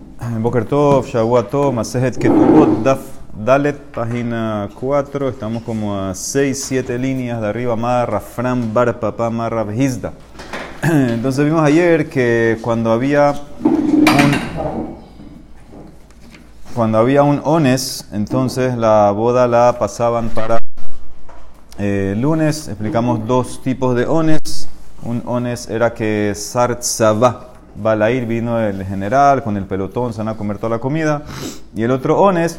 Boker Tov, Shavua Tov, Masejet Ketubot, Daf Dalet, página 4. Estamos como a 6-7 líneas de arriba. Marra, Fran, Bar, Papá, Marra, Hizda. Entonces vimos ayer que cuando había un ones, entonces la boda la pasaban para lunes. Explicamos dos tipos de ones. Un ones era que Sartzavá Balair, vino el general con el pelotón, se van a comer toda la comida. Y el otro ones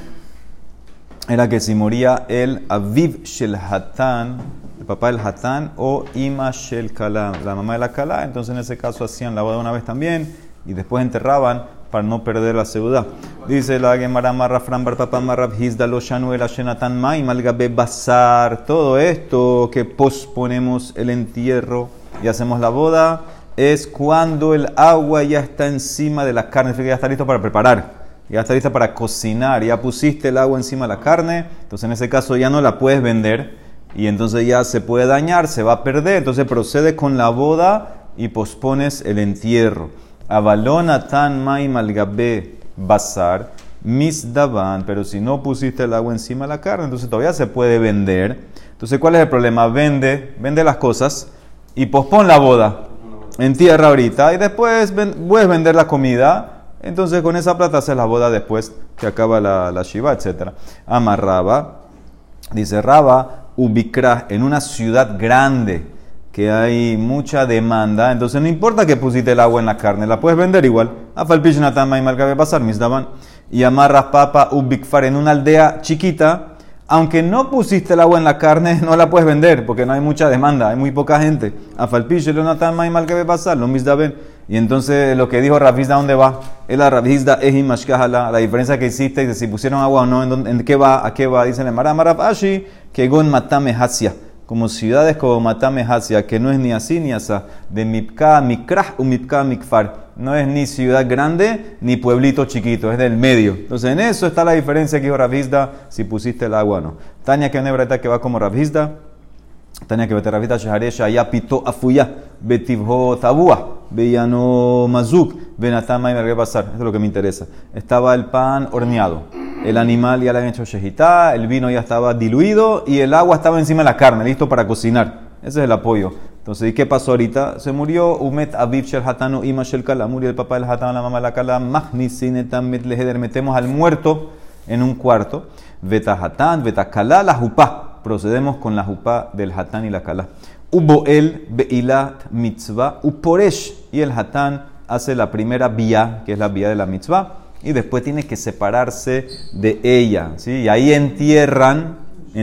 era que si moría el Aviv Shel Hatán, el papá del Hatán, o Ima Shel Kala, la mamá de la Kala. Entonces en ese caso hacían la boda una vez también y después enterraban para no perder la seudá. Dice la Gemara Marra Fran Bar Papá Marra Hizda Lo Shanu El Ashenatan Mai Malgabe Basar. Todo esto que posponemos el entierro y hacemos la boda es cuando el agua ya está encima de la carne, ya está listo para preparar, ya está lista para cocinar, ya pusiste el agua encima de la carne, entonces en ese caso ya no la puedes vender y entonces ya se puede dañar, se va a perder, entonces procede con la boda y pospones el entierro. Avalona tan mai malgabe basar misdaban, pero si no pusiste el agua encima de la carne, entonces todavía se puede vender. Entonces, ¿cuál es el problema? Vende las cosas y pospon la boda. Entierra ahorita y después puedes vender la comida. Entonces con esa plata haces la boda después que acaba la shiva, etc. Amarraba, dice Raba, ubicra en una ciudad grande que hay mucha demanda. Entonces no importa que pusiste el agua en la carne, la puedes vender igual. Afalpishnatama y malgabe pasar, misdaban. Y amarras papa ubicfar en una aldea chiquita. Aunque no pusiste el agua en la carne, no la puedes vender, porque no hay mucha demanda, hay muy poca gente. Afalpish, Leonatan, May, mal que ve pasar, lo misdaben. Y entonces lo que dijo Rav Hizda, ¿dónde va? El Rav Hizda es imashkahala, la diferencia que hiciste, de si pusieron agua o no, ¿en qué va? ¿A qué va? Dicen en Marab Ashi, que gon matame hasia, como ciudades como matame hasia, que no es ni así ni asá, de mipka mikrah u mipka mikfar. No es ni ciudad grande ni pueblito chiquito, es del medio. Entonces en eso está la diferencia que dijo Rav Hizda, si pusiste el agua o no. Tania que nebreta que va como Rav Hizda. Tania que vete Rav Hizda shaharesha ya pito afuya betivho tabua beyano mazuk benatama y mergue pasar. Esto es lo que me interesa. Estaba el pan horneado, el animal ya le habían hecho shehitá, el vino ya estaba diluido y el agua estaba encima de la carne, listo para cocinar. Ese es el apoyo. Entonces, ¿y qué pasó ahorita? Se murió Umet Aviv Shel Hatano Ima Shel Kala, murió el papá del Hatán, la mamá de la Kala, Magnisin Met Leheder, metemos al muerto en un cuarto, Veta Hatán, Veta Kala, la Jupá, procedemos con la Jupá del Hatán y la Kala. Ubo el Beilat Mitzvah, Uporesh, y el Hatán hace la primera vía, que es la vía de la Mitzvah, y después tiene que separarse de ella, ¿sí? Y ahí entierran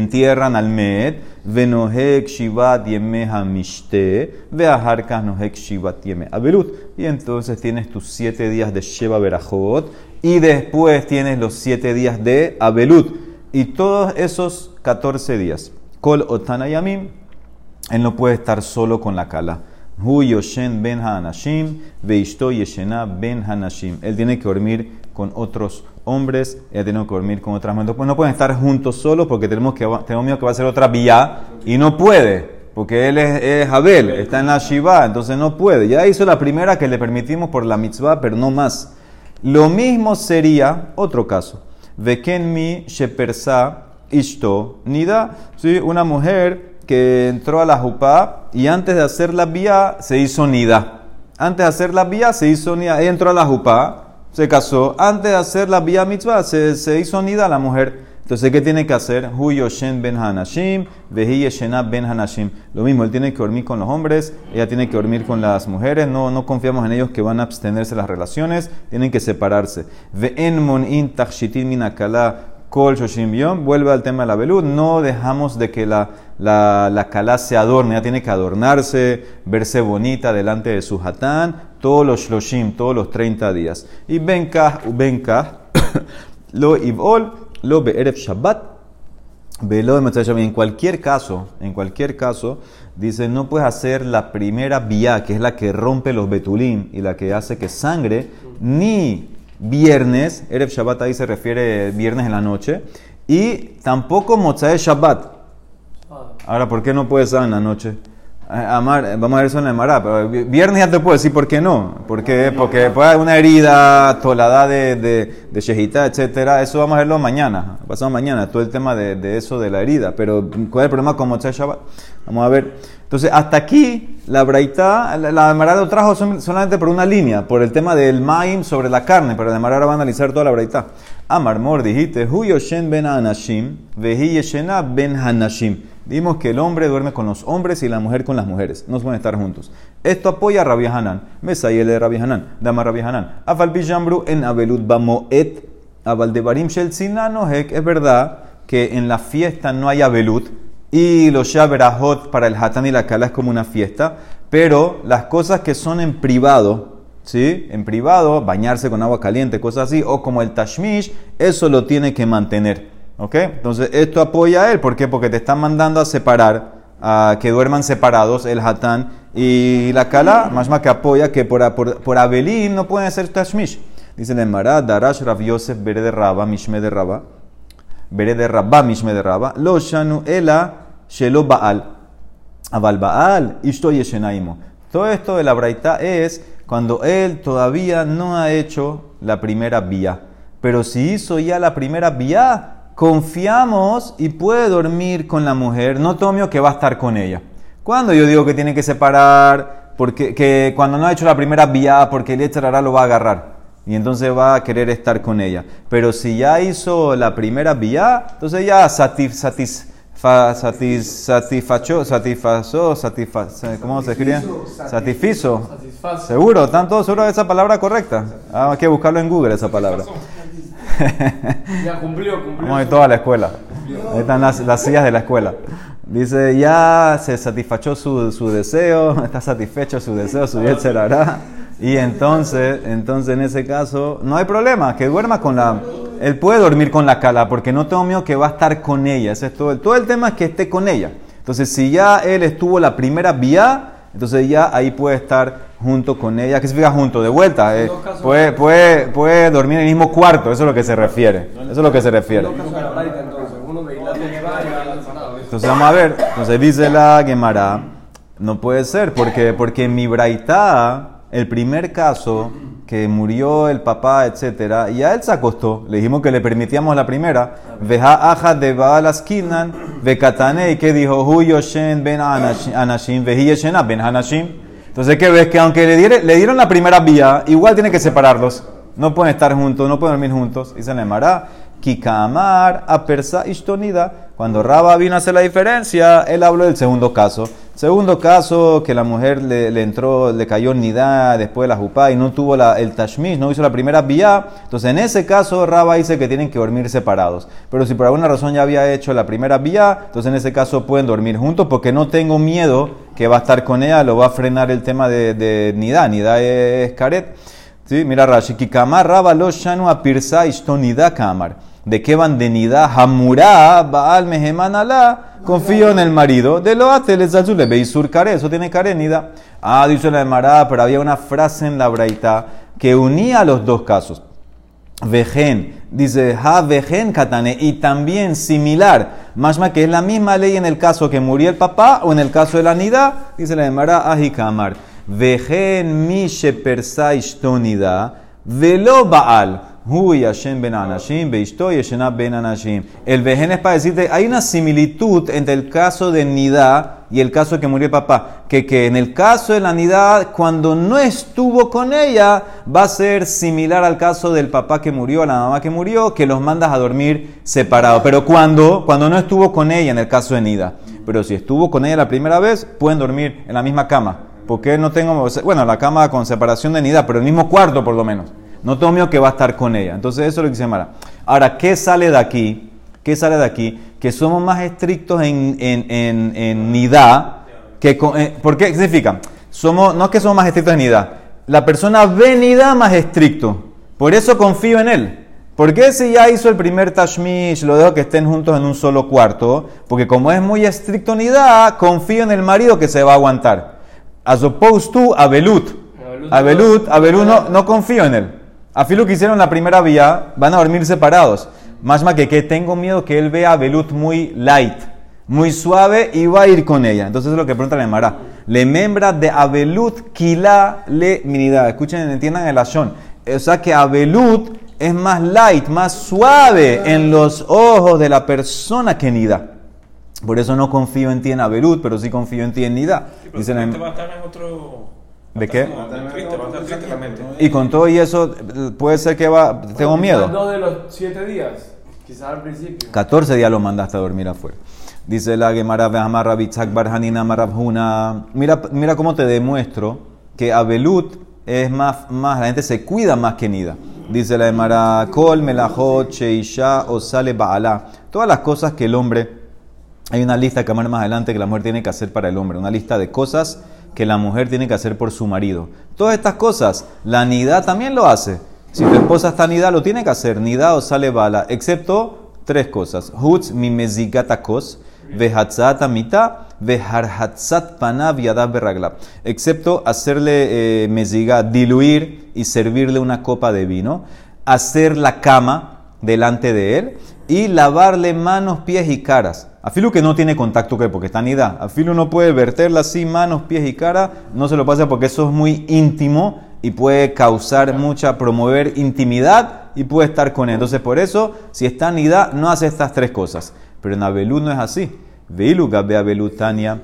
al Met, Venohek Shivat Yeme Hamishte, Veaharkas Nohek Shivat Yeme Abelut. Y entonces tienes tus 7 días de Sheva Berajot, y después tienes los 7 días de Abelut. Y todos esos 14 días, Kol Otanayamim, él no puede estar solo con la Kala. Hu Yoshen Ben Hanashim, Veishto Yeshena Ben Hanashim. Él tiene que dormir con otros hombres, ella tiene que dormir con otras mujeres. Pues no pueden estar juntos solos porque tenemos miedo que va a ser otra vía y no puede, porque él es Abel, está en la Shiva, entonces no puede. Ya hizo la primera que le permitimos por la mitzvah, pero no más. Lo mismo sería otro caso. Veken mi shepersa ishto nida, ¿sí? Una mujer que entró a la jupá y antes de hacer la vía se hizo nida. Antes de hacer la vía se hizo nida. Ella entró a la jupá, se casó. Antes de hacer la vía mitzvah se hizo nida la mujer. Entonces, ¿qué tiene que hacer? Hu Yoshen Ben Hanashim, Vehi Yeshena Ben Hanashim. Lo mismo, él tiene que dormir con los hombres, ella tiene que dormir con las mujeres. No confiamos en ellos que van a abstenerse de las relaciones, tienen que separarse. Ve'en mon'in tachshitin min akala kol shoshim yom. Vuelve al tema de la velud. No dejamos de que la kalá se adorne, ella tiene que adornarse, verse bonita delante de su hatán, todos los shloshim, todos los 30 días. Y benkah, lo ibol, lo be'erev Shabbat, velo de Motzei Shabbat. En cualquier caso, dice, no puedes hacer la primera vía, que es la que rompe los betulim y la que hace que sangre, ni viernes, Erev Shabbat ahí se refiere viernes en la noche, y tampoco Motzei Shabbat. Ahora, ¿por qué no puedes en la noche? Amar, vamos a ver eso en la Emara, pero viernes ya te puedo decir por qué no. Porque puede haber una herida, tolada de shejita, etcétera. Eso vamos a verlo mañana, pasado mañana, todo el tema de eso de la herida. Pero ¿cuál es el problema con Motzei Shabbat? Vamos a ver. Entonces, hasta aquí, la braita, la Emara lo trajo solamente por una línea, por el tema del maim sobre la carne, pero la Emara ahora va a analizar toda la braita. Amar Mor, dijiste, Hu Yoshen ben Anashim, Vehi Yeshena ben Hanashim. Dijimos que el hombre duerme con los hombres y la mujer con las mujeres. No pueden estar juntos. Esto apoya a Rabbi Hanan. Mesayel de Rabbi Hanan. Dama Rabbi Hanan. Afal Pijambru en Abelut Bamoet. Abaldebarim Shel Tzinalohek. Es verdad que en la fiesta no hay Abelut. Y los Shaberahot para el Hatán y la Kala es como una fiesta. Pero las cosas que son en privado, ¿sí? En privado, bañarse con agua caliente, cosas así. O como el Tashmish, eso lo tiene que mantener. ¿Ok? Entonces, esto apoya a él. ¿Por qué? Porque te están mandando a separar, a que duerman separados el hatán y la kala, más que apoya que por Abelim no pueden hacer tashmish. Dice la Emara, Darash Rav Yosef Bere de Rabba, Mishme de Rabba, Bere de Rabba, Mishme de Rabba, Lo Shanu Ela Shelo Baal, Aval Baal, Ishto Yeshenaimo. Todo esto de la braita es cuando él todavía no ha hecho la primera vía. Pero si hizo ya la primera vía, confiamos y puede dormir con la mujer, no tomio que va a estar con ella. Cuando yo digo que tiene que separar, porque que cuando no ha hecho la primera vía, porque el Yetzer Hara lo va a agarrar y entonces va a querer estar con ella. Pero si ya hizo la primera vía, entonces ya ¿cómo se escribe? Satisfizo. Seguro, ¿están todos seguros de esa palabra correcta? Hay que buscarlo en Google esa palabra. Ya cumplió. Vamos a ver toda la escuela. Ahí están las sillas de la escuela. Dice, ya se satisfachó su deseo, está satisfecho su deseo, su Yetzer Hara. Y entonces en ese caso, no hay problema, que duerma con la... Él puede dormir con la kala, porque no tengo miedo que va a estar con ella. Ese es todo el tema es que esté con ella. Entonces, si ya él estuvo la primera vía, entonces ya ahí puede estar junto con ella. ¿Qué significa junto? De vuelta. Puede dormir en el mismo cuarto. Eso es lo que se refiere. Entonces vamos a ver. Entonces dice la Gemara, no puede ser, porque en mi braita, el primer caso que murió el papá, etcétera, y a él se acostó. Le dijimos que le permitíamos la primera. Veja aja de Baal Askinan, vekatane, y que dijo, Hu Yoshen ben Anashim, vehi Yeshena ben Hanashim. Entonces, ¿qué ves? Que aunque le dieron la primera vía, igual tiene que separarlos. No pueden estar juntos, no pueden dormir juntos. Dice la Emara, Kikamar, Apersa, Ishtonida. Cuando Rabba vino a hacer la diferencia, él habló del segundo caso. Segundo caso, que la mujer le cayó nidá después de la jupá y no tuvo el tashmish, no hizo la primera vía. Entonces, en ese caso, Rabba dice que tienen que dormir separados. Pero si por alguna razón ya había hecho la primera vía, entonces en ese caso pueden dormir juntos porque no tengo miedo que va a estar con ella, lo va a frenar el tema de nidá. Nidá es karet. ¿Sí? Mira Rashi, Kikamar Rabba lo shanu apirsa ishtonidá kamar. ¿De qué van de nidá? Hamurá, Baal Meheman Alá, confío en el marido. De lo hace, les azule, beisur kare, eso tiene kare nidá. Dice la Emara, pero había una frase en la braita que unía los dos casos. Vejen, dice, ha vejen katane, y también similar, mashma que es la misma ley en el caso que murió el papá o en el caso de la nidá, dice la Emara, ahikamar. Vejen mi shepersa ishtonida, velo Baal. Hu Yashem ben Anashim, Beishto Yeshena ben Anashim. El vejen es para decirte, hay una similitud entre el caso de nidá y el caso de que murió el papá. Que en el caso de la nidá, cuando no estuvo con ella, va a ser similar al caso del papá que murió, a la mamá que murió, que los mandas a dormir separados. Pero cuando no estuvo con ella en el caso de nidá. Pero si estuvo con ella la primera vez, pueden dormir en la misma cama. Porque no tengo, bueno, la cama con separación de nidá, pero el mismo cuarto por lo menos. No tengo miedo que va a estar con ella. Entonces eso es lo que se llama. Ahora, ¿qué sale de aquí? Que somos más estrictos en nidá. ¿Por qué? ¿Qué significa? No es que somos más estrictos en nidá. La persona ve nidá más estricto. Por eso confío en él. ¿Por qué si ya hizo el primer tashmish, lo dejo que estén juntos en un solo cuarto? Porque como es muy estricto nidá, confío en el marido que se va a aguantar. As opposed to Abelut. Abelut no confío en él. Afilu que hicieron la primera vía, van a dormir separados. Más que tengo miedo que él vea a Abelut muy light, muy suave y va a ir con ella. Entonces es lo que pregunta la Emara. Le membra de abelut kila le minida. Escuchen, entiendan el ashon. O sea que abelut es más light, más suave en los ojos de la persona que nida. Por eso no confío en ti en abelut, pero sí confío en ti en nida. Dice va a estar en otro... ¿De qué? Va a estar triste la mente. Y con todo y eso, puede ser que va... Tengo miedo. 2 de los 7 días, quizás al principio. 14 días lo mandaste a dormir afuera. Dice la Gemara Vehamar Rabitzak Barhanina Marabhuna. Mira cómo te demuestro que abelut es más, la gente se cuida más que nida. Dice la Gemara Kol Melachot Sheisha Osale Ba'ala. Todas las cosas que el hombre, hay una lista que más adelante que la mujer tiene que hacer para el hombre, una lista de cosas que la mujer tiene que hacer por su marido. Todas estas cosas, la nida también lo hace. Si tu esposa está nida, lo tiene que hacer. Nida o sale bala, excepto 3 cosas. Hutz mimezigatakos, vehatzat amita, veharhatzat panav yadav berragla. Excepto hacerle meziga, diluir y servirle una copa de vino, hacer la cama delante de él y lavarle manos, pies y caras. Afilu que no tiene contacto porque está nida. Afilu no puede verterla así, manos, pies y cara. No se lo pasa porque eso es muy íntimo y puede causar promover intimidad y puede estar con él. Entonces por eso, si está nida, no hace estas 3 cosas. Pero en abelut no es así. Veilu gabe abelut tania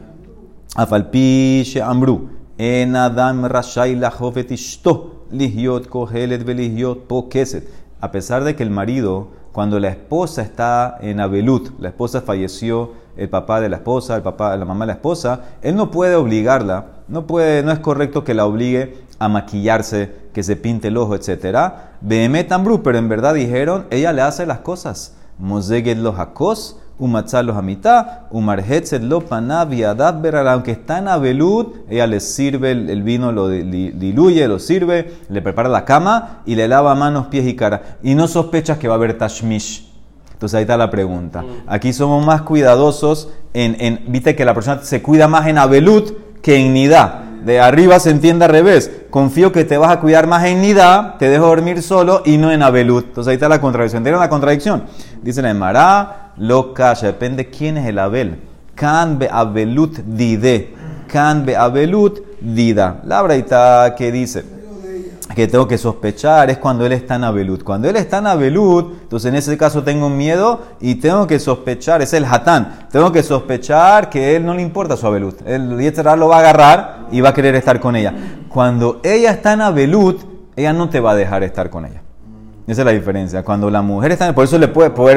afalpi she'amru en adam rashai lachofet ishto lihyot kohelet velihyot pokeset. A pesar de que el marido, cuando la esposa está en abelut, la esposa falleció, el papá de la esposa, la mamá de la esposa, él no puede obligarla, no es correcto que la obligue a maquillarse, que se pinte el ojo, etc. Behemet ambru, pero en verdad dijeron, ella le hace las cosas. Mozeget los hakos, umatzah los hamitá, umarhetzet lo panav yadav beral. Aunque está en abelut, ella le sirve el vino, lo diluye, lo sirve, le prepara la cama y le lava manos, pies y cara. Y no sospechas que va a haber tashmish. Entonces ahí está la pregunta. Aquí somos más cuidadosos viste que la persona se cuida más en abelut que en nidá. De arriba se entiende al revés. Confío que te vas a cuidar más en nidá, te dejo dormir solo y no en abelut. Entonces ahí está la contradicción. ¿Entienden la contradicción? Dice la Emara, lo calla, depende quién es el abel. Kan be abelut dide. Kan be abelut dida. La braita que dice que tengo que sospechar es cuando él está en abelut. Cuando él está en abelut, entonces en ese caso tengo miedo y tengo que sospechar, es el hatán, tengo que sospechar que a él no le importa su abelut. El Yetzer Hara lo va a agarrar y va a querer estar con ella. Cuando ella está en abelut, ella no te va a dejar estar con ella. Esa es la diferencia. Cuando la mujer está en por eso te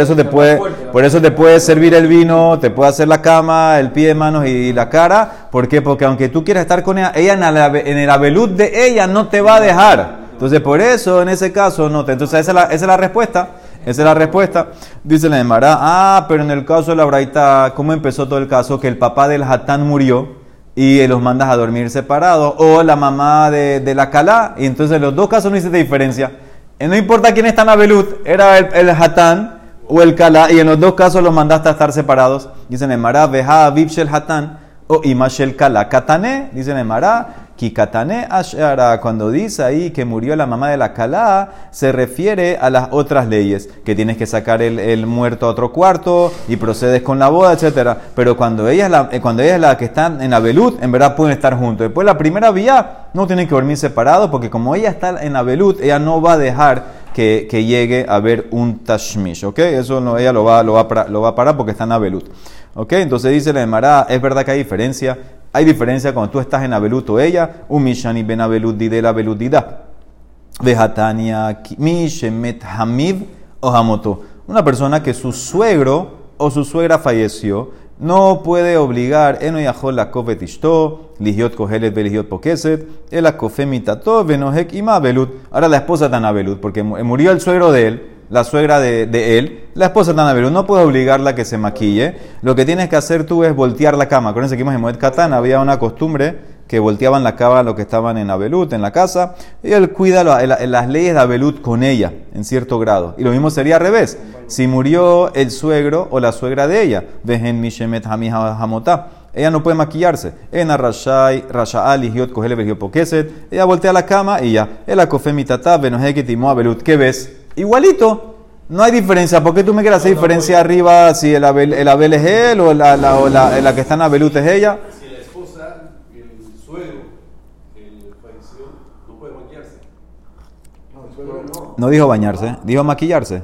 puede servir el vino, te puede hacer la cama, el pie, manos y la cara. ¿Por qué? Porque aunque tú quieras estar con ella, en el abelut de ella no te va a dejar. Entonces por eso en ese caso no te. Entonces esa es la respuesta. Esa es la respuesta. Dice la Emara, pero en el caso de la braita, ¿cómo empezó todo el caso? Que el papá del hatán murió y los mandas a dormir separados, o la mamá de la calá, y entonces en los 2 casos no hiciste diferencia. No importa quién está en abelut, era el hatán o el kalá, y en los 2 casos los mandaste a estar separados. Dicen en Mará, veja aviv shel hatán o ima shel kalá katané. Dicen en Mará, ki katané ashara. Cuando dice ahí que murió la mamá de la kalá, se refiere a las otras leyes, que tienes que sacar el muerto a otro cuarto y procedes con la boda, etc. Pero cuando ella es la que está en abelut, en verdad pueden estar juntos. Después la primera vía no tienen que dormir separados, porque como ella está en abelut, ella no va a dejar que llegue a haber un tashmish, ¿ok? Eso no, ella lo va a parar porque está en abelut. ¿Ok? Entonces dice la Emara, es verdad que hay diferencia. Hay diferencia cuando tú estás en abelut o ella. Umishani ben abelut dide la abelut dida. Vejatania mi shemet hamib o hamoto. Una persona que su suegro o su suegra falleció, no puede obligar eno yachol la kofet ishto, lihiot kohelet velihiot pokeset, el akofe mitato venohek ima abelut. Ahora la esposa está en abelut porque murió el suegro de él, la suegra de él, la esposa está en abelut, no puede obligarla a que se maquille. Lo que tienes que hacer tú es voltear la cama. Acuérdense que en Moed Katán había una costumbre que volteaban la cama a los que estaban en abelut, en la casa, y él cuida las leyes de abelut con ella, en cierto grado. Y lo mismo sería al revés. Si murió el suegro o la suegra de ella, vejen mishemet hami hamotá, ella no puede maquillarse. En arrashai, rashaal, hiot, kohele, vergiot, pokeset, ella voltea la cama y ya. El akofe mitata, venoheke, timo, abelut. ¿Qué ves? Igualito. No hay diferencia. ¿Por qué tú me quieres hacer diferencia arriba si el abel es él o la que está en abelut es ella? Si la esposa, No dijo bañarse, dijo maquillarse.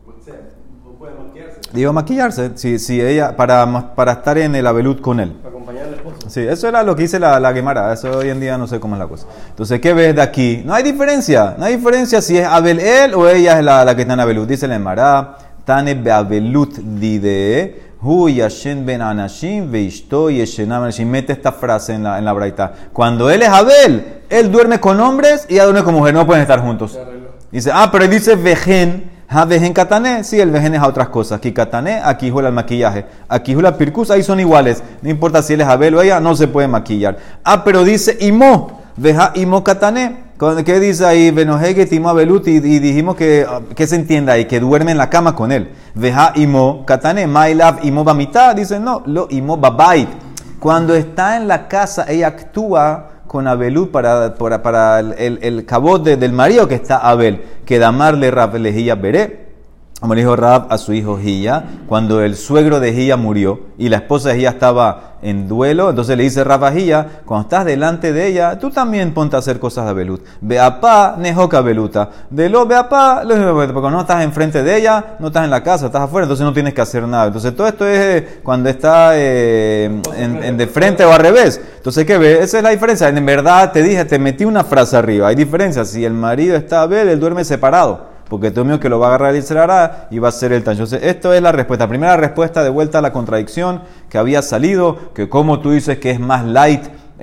Dijo maquillarse, si ella, para estar en el abelut con él. Para acompañar al esposo. Sí, eso era lo que dice la Gemara. Eso hoy en día no sé cómo es la cosa. Entonces, ¿qué ves de aquí? No hay diferencia. No hay diferencia si es Abel él o ella es la que está en abelut. Dice la Gemara, Tane beabelut dide, hu yashen ben anashim veishto yeshenam anashim. Mete esta frase en la braita. Cuando él es Abel, él duerme con hombres y ella duerme con mujeres. No pueden estar juntos. Dice, pero él dice vejen. Vejen katané, sí, el vejen es a otras cosas. Aquí katané, aquí juega el maquillaje. Aquí juega el pirkus, ahí son iguales. No importa si él es Abel o ella, no se puede maquillar. Pero dice imo, veja imo katané. ¿Qué dice ahí? Venoheget imo abelut, y dijimos que se entienda ahí, que duerme en la cama con él. Veja imo katané, mailav imo bamita. Dice no, lo imo babait. Cuando está en la casa, ella actúa con Abelut para el cabot del marido que está Abel, que damarle Rab lejía veré, como le dijo Rab a su hijo Hilla, cuando el suegro de Hilla murió y la esposa de Hilla estaba en duelo, entonces le dice Rab a Hilla, cuando estás delante de ella, tú también ponte a hacer cosas de Abelut. Beapá, nejoca Abeluta. De lo beapá, porque no estás enfrente de ella, no estás en la casa, estás afuera, entonces no tienes que hacer nada. Entonces todo esto es cuando está en de frente o al revés. Entonces, ¿qué ves? Esa es la diferencia. En verdad te metí una frase arriba. Hay diferencia. Si el marido está Abel, él duerme separado. Porque tú mío que lo va a agarrar y se la hará y va a ser el tan. Entonces, esto es la respuesta. Primera respuesta de vuelta a la contradicción que había salido, que como tú dices que es más light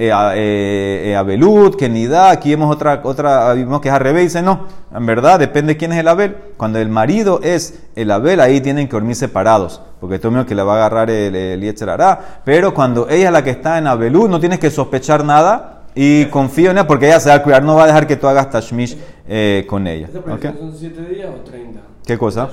Abelut que Nidá. Aquí vemos vimos que es al revés. Dice no, en verdad depende de quién es el Abel. Cuando el marido es el Abel, ahí tienen que dormir separados. Porque tú mío que le va a agarrar el Yetzer hará. Pero cuando ella es la que está en Abelut, no tienes que sospechar nada. Y confío en ella porque ella se va a cuidar, no va a dejar que tú hagas tashmish con ella. ¿Esta son 7 días o 30? ¿Qué cosa?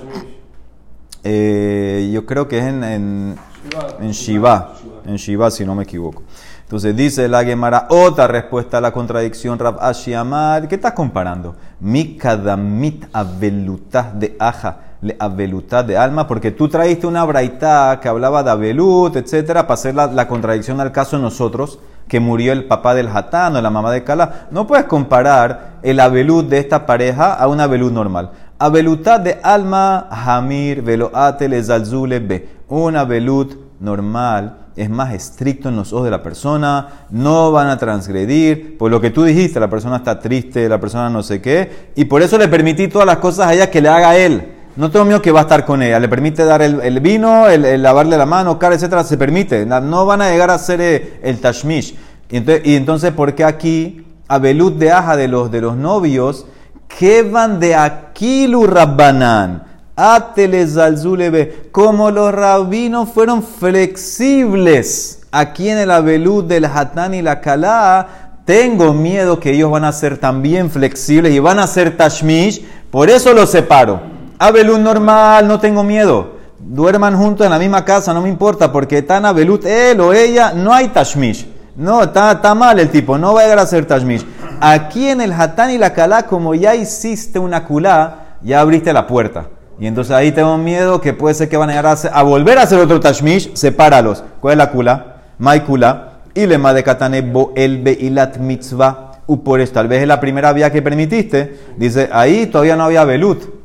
Yo creo que es en Shiva. En Shiva, si no me equivoco. Entonces dice la Gemara, otra respuesta a la contradicción, Rab Ashi Amar. ¿Qué estás comparando? Mikadamit avelutah de aja, le avelutah de alma, porque tú traíste una braitá que hablaba de abelut, etcétera, para hacer la contradicción al caso de nosotros, que murió el papá del Hatán o la mamá de Kalá. No puedes comparar el abelut de esta pareja a un abelut normal. Abelutá de alma, hamir, veloate, lezalzule, be. Un abelut normal es más estricto en los ojos de la persona, no van a transgredir, por lo que tú dijiste, la persona está triste, la persona no sé qué, y por eso le permití todas las cosas a ella que le haga a él. No tengo miedo que va a estar con ella. Le permite dar el vino, el lavarle la mano, cara, etcétera. Se permite. No van a llegar a hacer el tashmish. Y entonces, ¿por qué aquí, abelut de aja de los novios, que van de Akilu Rabbanán? Atelezalzulebe. Como los rabinos fueron flexibles aquí en el abelut del Hatán y la Kalá, tengo miedo que ellos van a ser también flexibles y van a hacer tashmish. Por eso los separo. Abelut normal, no tengo miedo. Duerman juntos en la misma casa, no me importa, porque están abelut él o ella, no hay tashmish. No, está mal el tipo, no va a llegar a ser tashmish. Aquí en el Hatán y la Kalá, como ya hiciste una kulá, ya abriste la puerta. Y entonces ahí tengo miedo que puede ser que van a llegar a volver a hacer otro tashmish, sepáralos. ¿Cuál es la kulá? Mai kulá. Y lema de katane bo el beilat mitzvah. Por eso, tal vez es la primera vía que permitiste. Dice, ahí todavía no había abelut.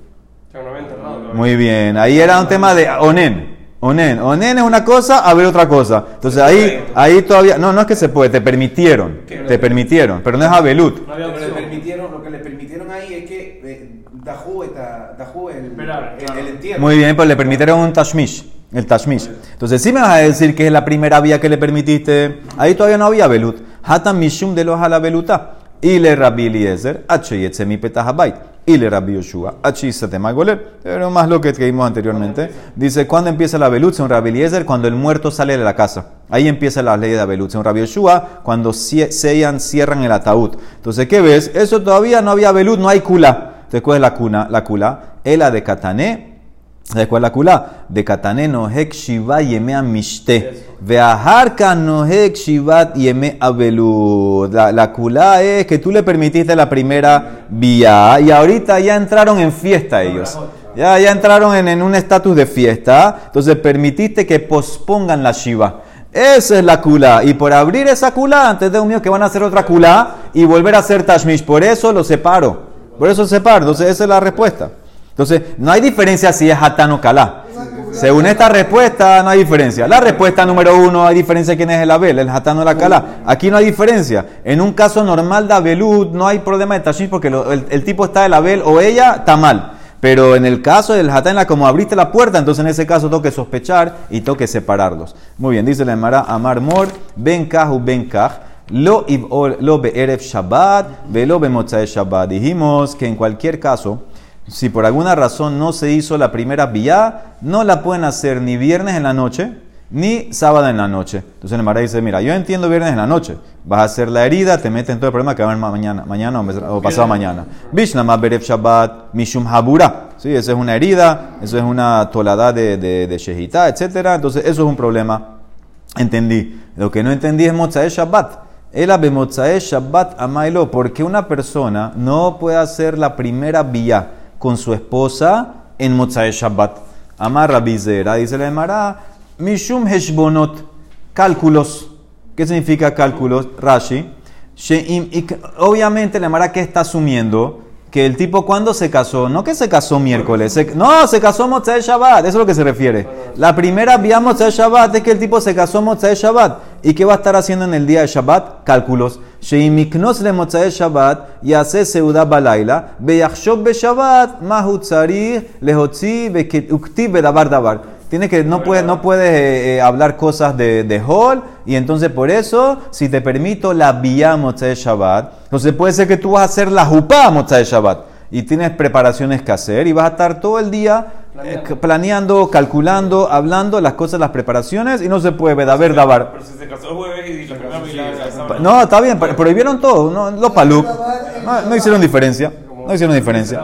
Muy bien, ahí era un tema de onen. Onen es una cosa, a ver otra cosa. Entonces ahí todavía, no es que se puede, te permitieron, pero no es abelut. Lo que le permitieron ahí es que dajú el entierro. Muy bien, pues le permitieron un tashmish, el tashmish. Entonces sí me vas a decir que es la primera vía que le permitiste, ahí todavía no había abelut. Hatam mishum de los alabeluta. Y le Rabbi Eliezer, H yetzemi petah habayit. Y le Rabbi Yoshua, H satema goler. Pero más lo que vimos anteriormente. Dice, ¿cuándo empieza la abelut? Según Rabbi Eliezer, cuando el muerto sale de la casa. Ahí empieza la ley de abelut. Según Rabbi Yoshua, cuando cierran el ataúd. Entonces, ¿qué ves? Eso todavía no había abelut, no hay kulá. Entonces, ¿cuál es la kulá? Ela de katané. ¿Sabes cuál es la kulá? De katané nohek shiva yemea mishte. Veaharka nohek shivat yeme abelut. La kulá es que tú le permitiste la primera vía y ahorita ya entraron en fiesta ellos. Ya entraron en un estatus de fiesta. Entonces permitiste que pospongan la shiva. Esa es la kulá. Y por abrir esa kulá, antes de un mío que van a hacer otra kulá y volver a hacer tashmish. Por eso lo separo. Por eso se separa. Entonces, esa es la respuesta. Entonces, no hay diferencia si es hatán o kalá. Según esta respuesta, no hay diferencia. La respuesta número 1, hay diferencia quién es el abel, el hatán o la kalá. Aquí no hay diferencia. En un caso normal de abelud, no hay problema de tashish porque el tipo está el abel o ella está mal. Pero en el caso del hatán, como abriste la puerta, entonces en ese caso tengo que sospechar y tengo que separarlos. Muy bien, dice la Gemara, Amar Mor, Ben Kaj u Ben Kaj, lo be'erev Shabbat, velo be'motzai Shabbat. Dijimos que en cualquier caso, si por alguna razón no se hizo la primera vía, no la pueden hacer ni viernes en la noche, ni sábado en la noche. Entonces el Gemara dice, mira, yo entiendo viernes en la noche, vas a hacer la herida, te meten todo el problema que va a haber mañana o pasado mañana. Bishnama berev Shabbat, mishum habura. Sí, esa es una herida, eso es una tolada de shehita, etc. Entonces eso es un problema. Entendí. Lo que no entendí es Motzai Shabbat. Ela be Motzai Shabbat amailo. Porque una persona no puede hacer la primera vía con su esposa en Motzai Shabbat. Amar Rabbi Zera, dice la Gemara, Mishum Heshbonot, cálculos. ¿Qué significa cálculos? Rashi. Obviamente la Gemara que está asumiendo que el tipo cuando se casó, no que se casó miércoles, se casó Motzai Shabbat, eso es lo que se refiere. La primera vía Motzai Shabbat es que el tipo se casó Motzai Shabbat. ¿Y qué va a estar haciendo en el día de Shabbat? Cálculos. Sheimiknos le Motzai Shabbat y hace seuda balaila, beyachshov be Shabbat, mahu tzarich lehotzi ukti bedabar dabar. Tiene que, no puedes hablar cosas de hol, y entonces por eso, si te permito la vía Motzai Shabbat, entonces puede ser que tú vas a hacer la jupá Motzai Shabbat, y tienes preparaciones que hacer, y vas a estar todo el día planeando, calculando, hablando las cosas, las preparaciones, y no se puede bedaber dabar. Pero si se casó jueves y la primera vez No, está bien, prohibieron todo, no, los paluk, no hicieron diferencia, no hicieron diferencia.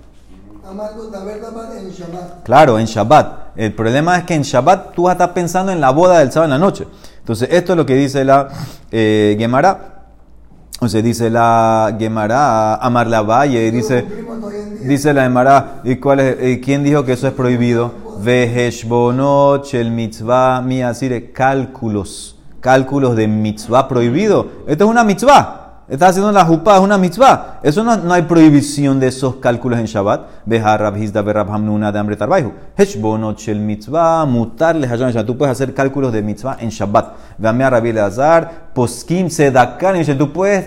Claro, en Shabbat. El problema es que en Shabbat tú vas a estar pensando en la boda del sábado en la noche. Entonces, esto es lo que dice la Gemara. O sea, dice la Gemara, Amar la Valle, dice la Gemara, ¿quién dijo que eso es prohibido? Veheshbonot shel mitzvah miasire, cálculos de mitzvah prohibido. Esto es una mitzvah. Estás haciendo la jupá, es una mitzvah. Eso no hay prohibición de esos cálculos en Shabbat. Beha Rab Hizda Berab Hamnuna de Amre Tarbaihu. Heshbonot shel mitzvah, mutar lehayan Shabbat. Tú puedes hacer cálculos de mitzvah en Shabbat. Veame a Rabbi Elazar, poskim sedakan. Tú puedes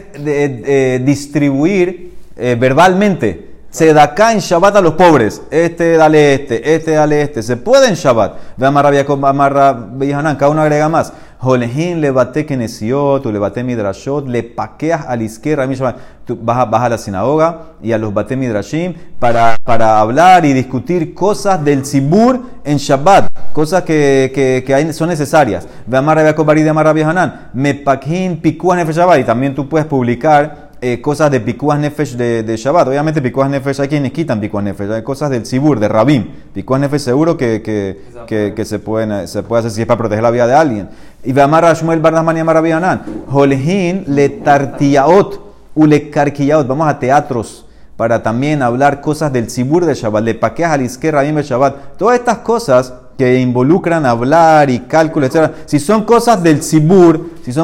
distribuir verbalmente sedaká en Shabbat a los pobres. Dale este. Se puede en Shabbat. Veame a Rabbi Yaakov, a Rabbi Hanan. Cada uno agrega más. Holehin lebate kenesiot, o lebate midrashot, le paqueas al izquierda. Tú vas a la sinagoga y a los bate midrashim para hablar y discutir cosas del tzibur en Shabbat, cosas que son necesarias. Ve a Rabbi Yaakov Bari de Rabbi Hanan, me paquin pikuas nefesh Shabbat, y también tú puedes publicar cosas de pikuas nefesh de Shabbat. Obviamente pikuas nefesh hay quienes quitan pikuas nefesh, hay cosas del tzibur, de rabim. Pikuas nefesh seguro que se puede hacer si es para proteger la vida de alguien. Y ve a Shmuel bar Nachman y a Rabbi Hanan, holhin le tartiaot u le karkiyaot. Vamos a teatros para también hablar cosas del tzibur de Shabbat, le paqueas al izquierda rabim de Shabbat. Todas estas cosas que involucran hablar y cálculo, etc. Si son cosas del tzibur,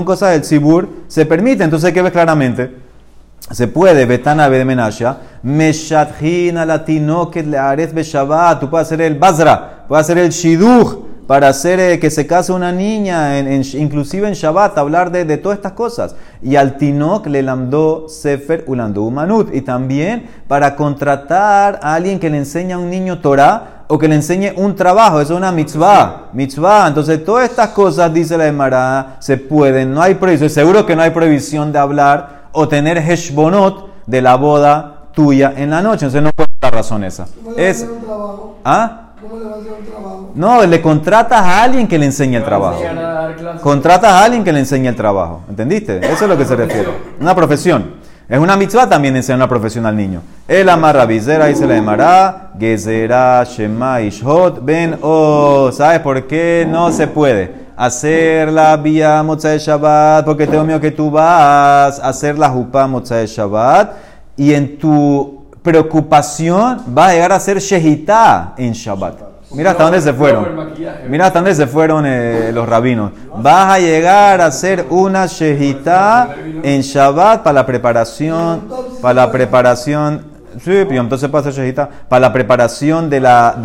se permite. Entonces, ¿qué ves claramente? Se puede, Betana Bedemenasha, Meshatjina Latinoket Learet Beshabat. Tú puedes hacer el Bazra, puedes hacer el Shiduch, para hacer que se case una niña, inclusive en Shabbat, hablar de todas estas cosas. Y al Tinok le lamdó Sefer Ulandó Umanut. Y también para contratar a alguien que le enseña a un niño Torah o que le enseñe un trabajo. Eso es una mitzvah. Entonces, todas estas cosas, dice la Gemara, se pueden. No hay prohibición. Seguro que no hay prohibición de hablar o tener heshbonot de la boda tuya en la noche. Entonces, no puede dar razón esa. ¿Cómo le va a hacer un trabajo? ¿Ah? ¿Cómo le va a hacer un trabajo? No, le contratas a alguien que le enseñe el trabajo. Contratas a alguien que le enseñe el trabajo. ¿Entendiste? Eso es lo que se refiere. Una profesión. Es una mitzvah también enseñar una profesión al niño. El amarra bizera y se le llamará gezerá shema ishot ben ¿sabes por qué no se puede hacer la vía Motzai Shabbat? Porque tengo miedo que tú vas a hacer la jupá Motzai Shabbat y en tu preocupación va a llegar a ser shehitá en Shabbat. Mira hasta dónde se fueron. Mira hasta dónde se fueron los rabinos. Vas a llegar a hacer una shehitá en Shabbat para la preparación Sí, pero entonces puede hacer shehita para la preparación de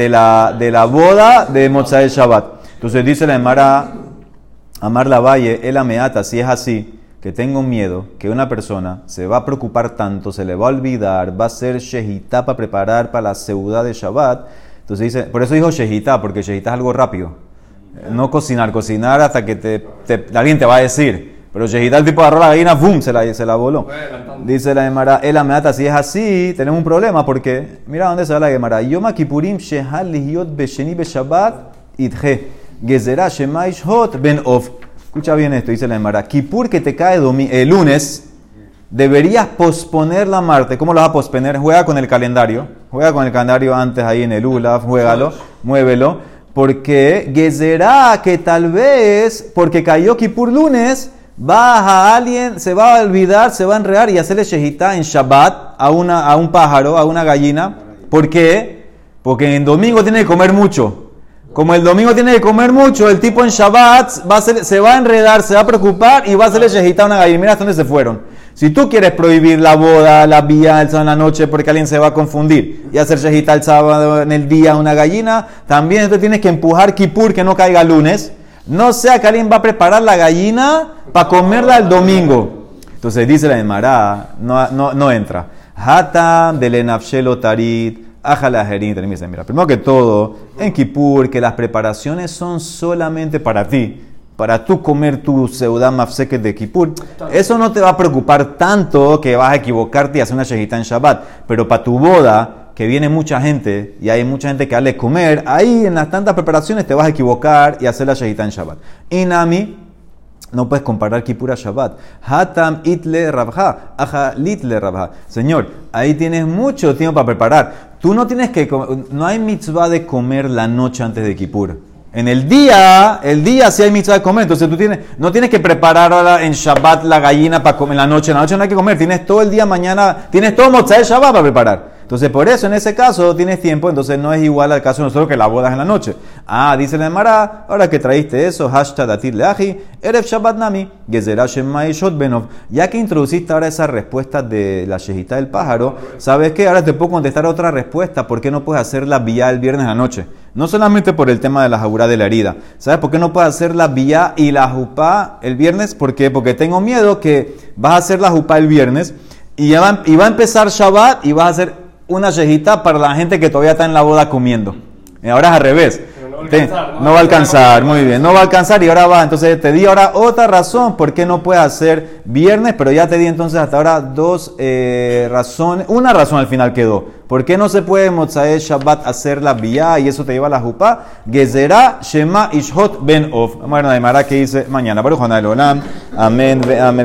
la boda de Motzai Shabbat. Entonces dice la Gemara, Amar la Valle, el ameata, si es así, que tengo miedo que una persona se va a preocupar tanto, se le va a olvidar, va a hacer shehita para preparar para la seudá de Shabbat. Entonces dice, por eso dijo shehita, porque shehita es algo rápido. No cocinar hasta que alguien te va a decir. Pero shehita, el tipo agarró la gallina, ¡bum!, se la voló. Dice la Gemara, el ameata, si es así, tenemos un problema, porque, mira dónde se va la Gemara. Yom Kippurim shehal lihiot besheni beshabbat idhe gezerah shema ishot ben of. Escucha bien esto, dice la Gemara. Kippur que te cae el lunes, deberías posponer la martes. ¿Cómo lo vas a posponer? Juega con el calendario. Juega con el calendario antes ahí en el Ulaf, juégalo, muévelo. Porque gezerah, que tal vez, porque cayó Kippur lunes, alguien se va a olvidar, se va a enredar y hacerle shehita en Shabbat a un pájaro, a una gallina. ¿Por qué? Porque en domingo tiene que comer mucho. Como el domingo tiene que comer mucho, el tipo en Shabbat se va a enredar, se va a preocupar y va a hacerle shehita a una gallina. Mira hasta dónde se fueron. Si tú quieres prohibir la boda, la vía, el sábado en la noche porque alguien se va a confundir y hacer shehita el sábado en el día a una gallina, también tú tienes que empujar Kippur que no caiga lunes. No sea que alguien va a preparar la gallina para comerla el domingo. Entonces dice la Gemara, no entra. Hatam de lenafshelo tarit, ajalajerin. Mira, primero que todo, en Kippur, que las preparaciones son solamente para ti, para tú comer tu seudá mafseket de Kippur. Eso no te va a preocupar tanto que vas a equivocarte y hacer una shehita en Shabbat. Pero para tu boda, que viene mucha gente y hay mucha gente que hable de comer, ahí en las tantas preparaciones te vas a equivocar y hacer la shehita en Shabbat. Inami, no puedes comparar Kippur a Shabbat. Hatam itle rabja, aja litle rabja. Señor, ahí tienes mucho tiempo para preparar. Tú no tienes no hay mitzvah de comer la noche antes de Kippur. En el día sí hay mitzvah de comer, entonces tú no tienes que preparar ahora en Shabbat la gallina para comer en la noche no hay que comer, tienes todo el día mañana, tienes todo Motzai Shabbat para preparar. Entonces, por eso, en ese caso, tienes tiempo, entonces no es igual al caso de nosotros que la boda es en la noche. Dice la Gemara, ahora que traíste eso, hashtag atir leaji, erev Shabbat nami, gezerah shema ishot benov. Ya que introduciste ahora esa respuesta de la shehita del pájaro, ¿sabes qué? Ahora te puedo contestar otra respuesta. ¿Por qué no puedes hacer la vía el viernes en la noche? No solamente por el tema de la jabura de la herida. ¿Sabes por qué no puedes hacer la vía y la jupá el viernes? ¿Por qué? Porque tengo miedo que vas a hacer la jupá el viernes y va a empezar Shabbat y vas a hacer una shehita para la gente que todavía está en la boda comiendo. Ahora es al revés. No va a alcanzar, muy bien. No va a alcanzar y ahora va. Entonces te di ahora otra razón por qué no puedes hacer viernes, pero ya te di entonces hasta ahora dos razones. Una razón al final quedó. ¿Por qué no se puede Motzai Shabbat hacer la vía y eso te lleva a la jupá? Gezerah Shema Ishot Ben Of. Vamos a ver una demara que dice mañana. Baruch Hanay Olam. Amén. Amén.